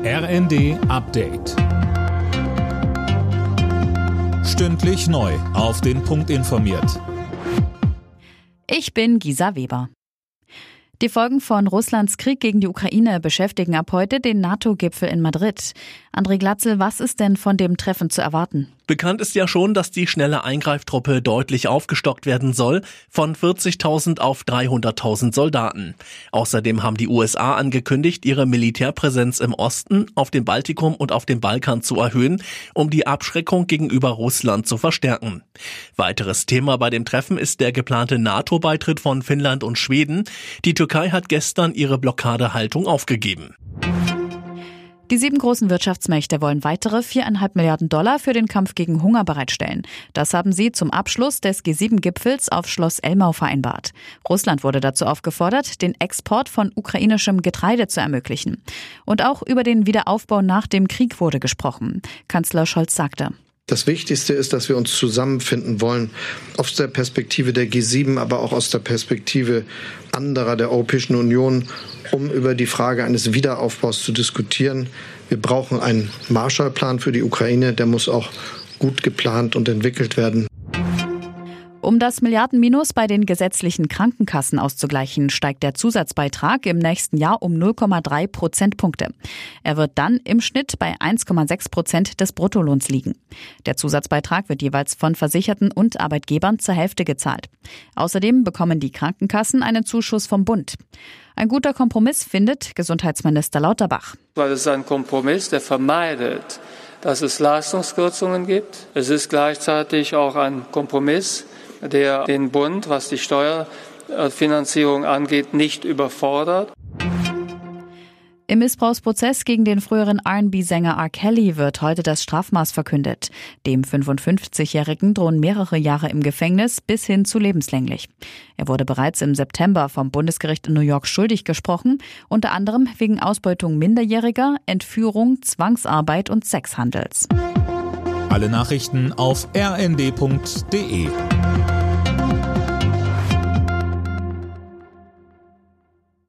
RND Update. Stündlich neu auf den Punkt informiert. Ich bin Gisa Weber. Die Folgen von Russlands Krieg gegen die Ukraine beschäftigen ab heute den NATO-Gipfel in Madrid. André Glatzel, was ist denn von dem Treffen zu erwarten? Bekannt ist ja schon, dass die schnelle Eingreiftruppe deutlich aufgestockt werden soll, von 40.000 auf 300.000 Soldaten. Außerdem haben die USA angekündigt, ihre Militärpräsenz im Osten, auf dem Baltikum und auf dem Balkan zu erhöhen, um die Abschreckung gegenüber Russland zu verstärken. Weiteres Thema bei dem Treffen ist der geplante NATO-Beitritt von Finnland und Schweden. Die Türkei hat gestern ihre Blockadehaltung aufgegeben. Die 7 großen Wirtschaftsmächte wollen weitere $4,5 Milliarden für den Kampf gegen Hunger bereitstellen. Das haben sie zum Abschluss des G7-Gipfels auf Schloss Elmau vereinbart. Russland wurde dazu aufgefordert, den Export von ukrainischem Getreide zu ermöglichen. Und auch über den Wiederaufbau nach dem Krieg wurde gesprochen. Kanzler Scholz sagte: Das Wichtigste ist, dass wir uns zusammenfinden wollen, aus der Perspektive der G7, aber auch aus der Perspektive anderer der Europäischen Union, um über die Frage eines Wiederaufbaus zu diskutieren. Wir brauchen einen Marshallplan für die Ukraine, der muss auch gut geplant und entwickelt werden. Um das Milliardenminus bei den gesetzlichen Krankenkassen auszugleichen, steigt der Zusatzbeitrag im nächsten Jahr um 0,3 Prozentpunkte. Er wird dann im Schnitt bei 1,6% des Bruttolohns liegen. Der Zusatzbeitrag wird jeweils von Versicherten und Arbeitgebern zur Hälfte gezahlt. Außerdem bekommen die Krankenkassen einen Zuschuss vom Bund. Ein guter Kompromiss findet Gesundheitsminister Lauterbach. Weil es ein Kompromiss, der vermeidet, dass es Leistungskürzungen gibt. Es ist gleichzeitig auch ein Kompromiss, der den Bund, was die Steuerfinanzierung angeht, nicht überfordert. Im Missbrauchsprozess gegen den früheren R&B-Sänger R. Kelly wird heute das Strafmaß verkündet. Dem 55-Jährigen drohen mehrere Jahre im Gefängnis bis hin zu lebenslänglich. Er wurde bereits im September vom Bundesgericht in New York schuldig gesprochen, unter anderem wegen Ausbeutung Minderjähriger, Entführung, Zwangsarbeit und Sexhandels. Alle Nachrichten auf rnd.de.